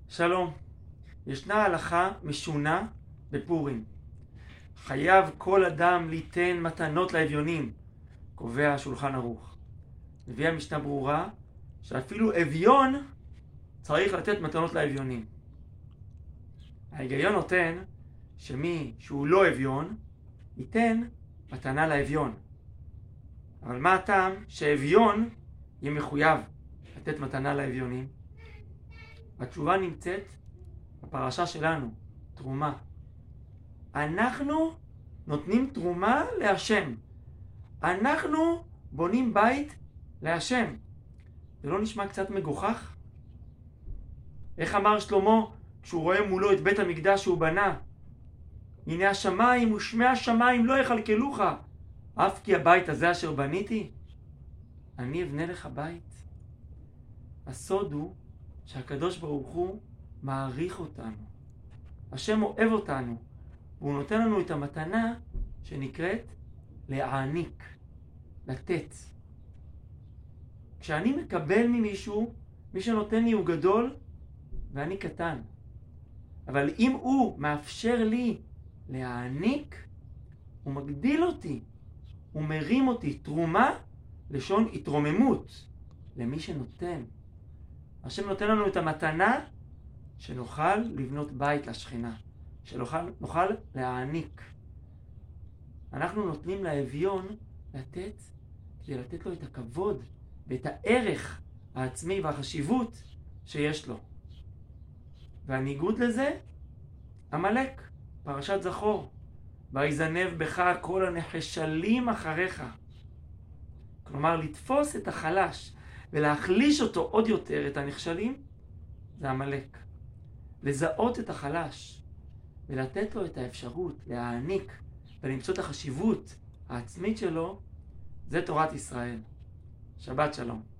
שלום. ישנה הלכה משונה בפורים. חייב כל אדם ליתן מתנות לאביונים, קובע השולחן ערוך. מביא המשנה ברורה שאפילו אביון צריך לתת מתנות לאביונים. ההיגיון נותן שמי שהוא לא אביון ייתן מתנה לאביון. אבל מה הטעם שאביון יהיה מחויב לתת מתנה לאביונים? התשובה נמצאת בפרשה שלנו, תרומה. אנחנו נותנים תרומה להשם. אנחנו בונים בית להשם. זה לא נשמע קצת מגוחך? איך אמר שלמה כשהוא רואה מולו את בית המקדש שהוא בנה? הנה השמיים ושמי השמיים לא יכלכלוך, אף כי הבית הזה אשר בניתי, אני אבנה לך בית. הסוד הוא שהקדוש ברוך הוא מעריך אותנו. השם אוהב אותנו, והוא נותן לנו את המתנה שנקראת להעניק, לתת. כשאני מקבל ממישהו, מי שנותן לי הוא גדול ואני קטן. אבל אם הוא מאפשר לי להעניק, הוא מגדיל אותי, הוא מרים אותי. תרומה, לשון התרוממות, למי שנותן. השם נותן לנו את המתנה שנוכל לבנות בית לשכינה, שנוכל להעניק. אנחנו נותנים לאביון לתת, כדי לתת לו את הכבוד ואת הערך העצמי והחשיבות שיש לו. והניגוד לזה, עמלק, פרשת זכור. ויזנב בך כל הנחשלים אחריך. כלומר, לתפוס את החלש ולהחליש אותו עוד יותר, את הנחשלים, זה עמלק. לזהות את החלש ולתת לו את האפשרות להעניק ולמצוא את החשיבות העצמית שלו, זה תורת ישראל. שבת שלום.